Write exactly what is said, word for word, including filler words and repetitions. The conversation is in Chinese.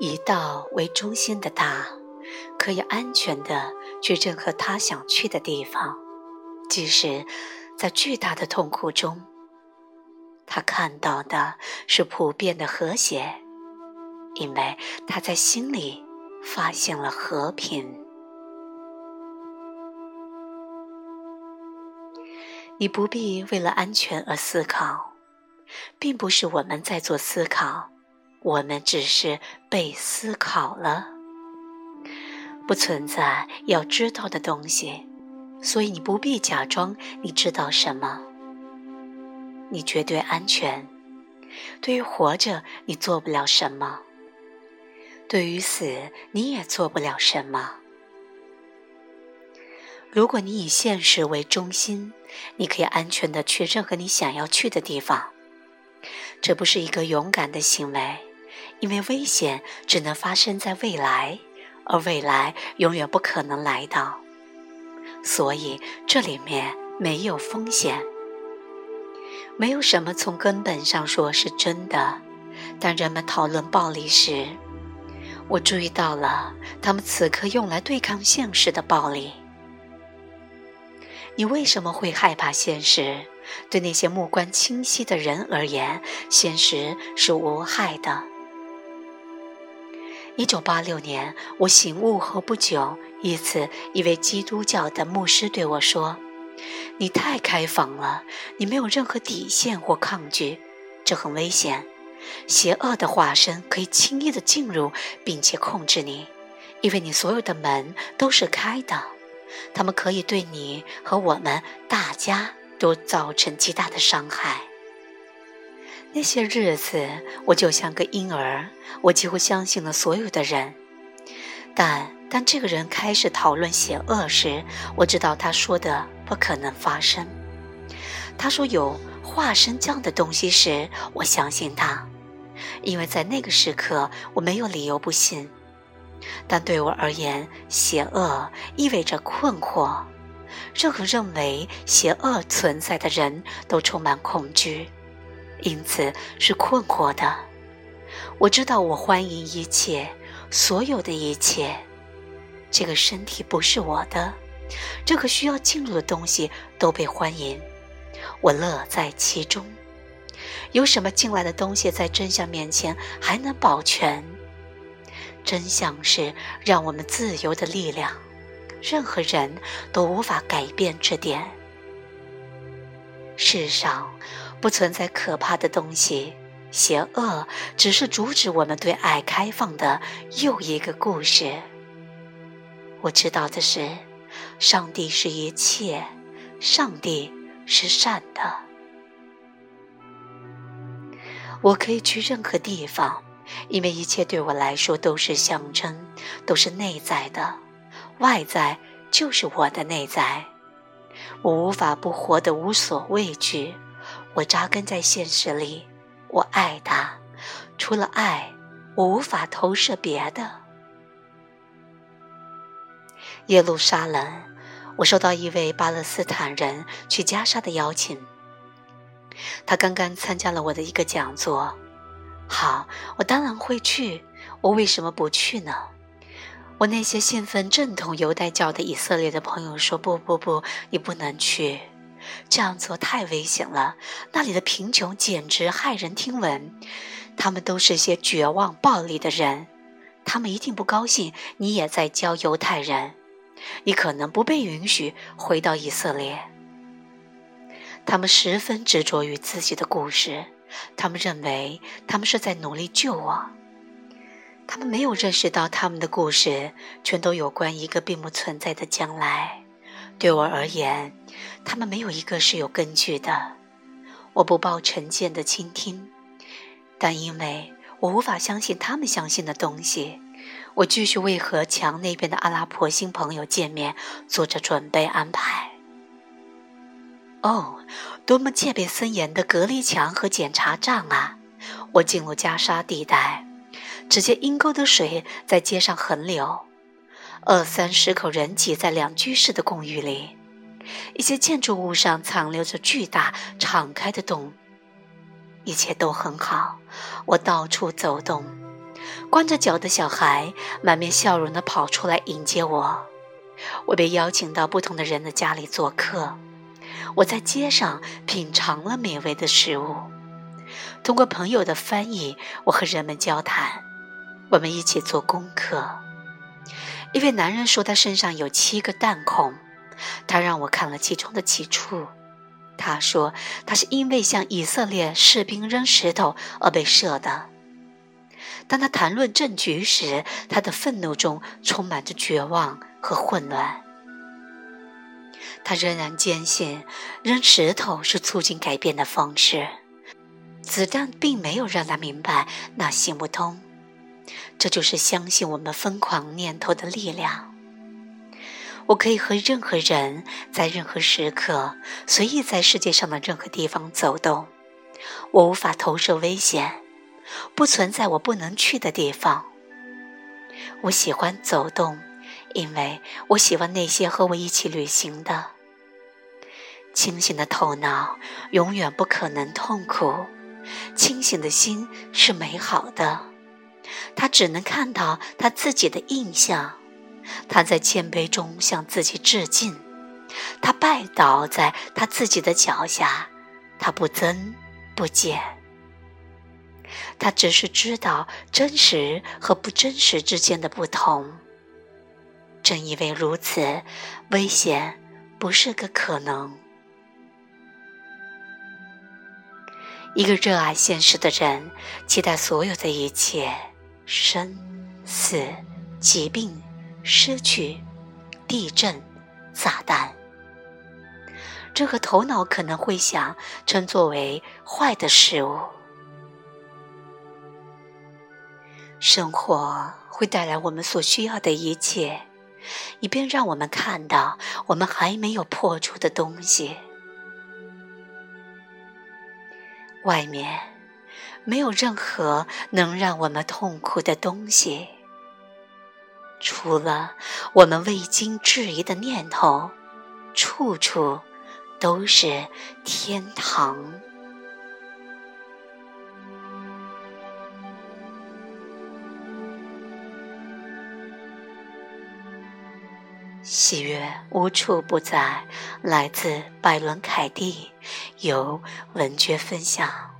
以道为中心的他，可以安全地去任何他想去的地方，即使在巨大的痛苦中，他看到的是普遍的和谐，因为他在心里发现了和平。你不必为了安全而思考，并不是我们在做思考，我们只是被思考了。不存在要知道的东西，所以你不必假装你知道什么。你绝对安全，对于活着你做不了什么，对于死你也做不了什么。如果你以现实为中心，你可以安全地去任何你想要去的地方。这不是一个勇敢的行为，因为危险只能发生在未来，而未来永远不可能来到，所以这里面没有风险。没有什么从根本上说是真的。当人们讨论暴力时，我注意到了他们此刻用来对抗现实的暴力。你为什么会害怕现实？对那些目光清晰的人而言，现实是无害的。一九八六年，我醒悟后不久，一次一位基督教的牧师对我说：“你太开放了，你没有任何底线或抗拒，这很危险。邪恶的化身可以轻易地进入并且控制你，因为你所有的门都是开的，他们可以对你和我们大家都造成极大的伤害。”那些日子我就像个婴儿，我几乎相信了所有的人。但当这个人开始讨论邪恶时，我知道他说的不可能发生。他说有化身这样的东西时，我相信他，因为在那个时刻我没有理由不信。但对我而言，邪恶意味着困惑。任何认为邪恶存在的人都充满恐惧，因此是困惑的。我知道我欢迎一切，所有的一切。这个身体不是我的，任何需要进入的东西都被欢迎，我乐在其中。有什么进来的东西在真相面前还能保全？真相是让我们自由的力量，任何人都无法改变这点。世上不存在可怕的东西，邪恶只是阻止我们对爱开放的又一个故事。我知道的是，上帝是一切，上帝是善的。我可以去任何地方，因为一切对我来说都是象征，都是内在的，外在就是我的内在。我无法不活得无所畏惧，我扎根在现实里，我爱它，除了爱，我无法投射别的。耶路撒冷，我收到一位巴勒斯坦人去加沙的邀请，他刚刚参加了我的一个讲座。好，我当然会去，我为什么不去呢？我那些信奉正统犹太教的以色列的朋友说，不不不，你不能去，这样做太危险了，那里的贫穷简直骇人听闻，他们都是些绝望暴力的人，他们一定不高兴你也在教犹太人，你可能不被允许回到以色列。他们十分执着于自己的故事，他们认为他们是在努力救我，他们没有认识到他们的故事全都有关一个并不存在的将来。对我而言，他们没有一个是有根据的。我不抱成见的倾听，但因为我无法相信他们相信的东西，我继续为和墙那边的阿拉伯新朋友见面做着准备安排。哦，多么戒备森严的隔离墙和检查站啊！我进入加沙地带，只见阴沟的水在街上横流，二三十口人挤在两居室的公寓里，一些建筑物上藏留着巨大敞开的洞。一切都很好，我到处走动， 光着脚的小孩满面笑容地跑出来迎接我。我被邀请到不同的人的家里做客，我在街上品尝了美味的食物。通过朋友的翻译，我和人们交谈，我们一起做功课。一位男人说他身上有七个弹孔，他让我看了其中的几处。他说他是因为向以色列士兵扔石头而被射的。当他谈论政局时，他的愤怒中充满着绝望和混乱。他仍然坚信扔石头是促进改变的方式，子弹并没有让他明白那行不通。这就是相信我们疯狂念头的力量。我可以和任何人在任何时刻随意在世界上的任何地方走动，我无法投射危险，不存在我不能去的地方。我喜欢走动，因为我喜欢那些和我一起旅行的。清醒的头脑永远不可能痛苦，清醒的心是美好的，他只能看到他自己的印象，他在谦卑中向自己致敬，他拜倒在他自己的脚下，他不增不减。他只是知道真实和不真实之间的不同。正因为如此，危险不是个可能。一个热爱现实的人，期待所有的一切，生、死、疾病、失去、地震、炸弹，这和头脑可能会想称作为坏的事物。生活会带来我们所需要的一切，以便让我们看到我们还没有破除的东西。外面没有任何能让我们痛苦的东西，除了我们未经质疑的念头，处处都是天堂。喜悦无处不在，来自百伦凯蒂，由文娟分享。